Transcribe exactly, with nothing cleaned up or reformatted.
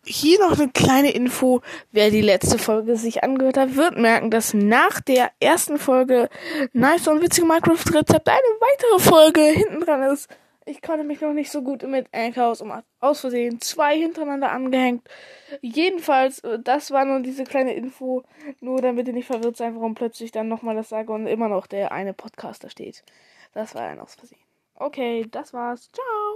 hier noch eine kleine Info. Wer die letzte Folge sich angehört hat, wird merken, dass nach der ersten Folge Nice und witzige Minecraft-Rezepte eine weitere Folge hinten dran ist. Ich konnte mich noch nicht so gut mit Anchor aus, um aus Versehen zwei hintereinander angehängt. Jedenfalls, das war nur diese kleine Info. Nur damit ihr nicht verwirrt seid, warum plötzlich dann nochmal das sage und immer noch der eine Podcaster steht. Das war ein aus Versehen. Okay, das war's. Ciao.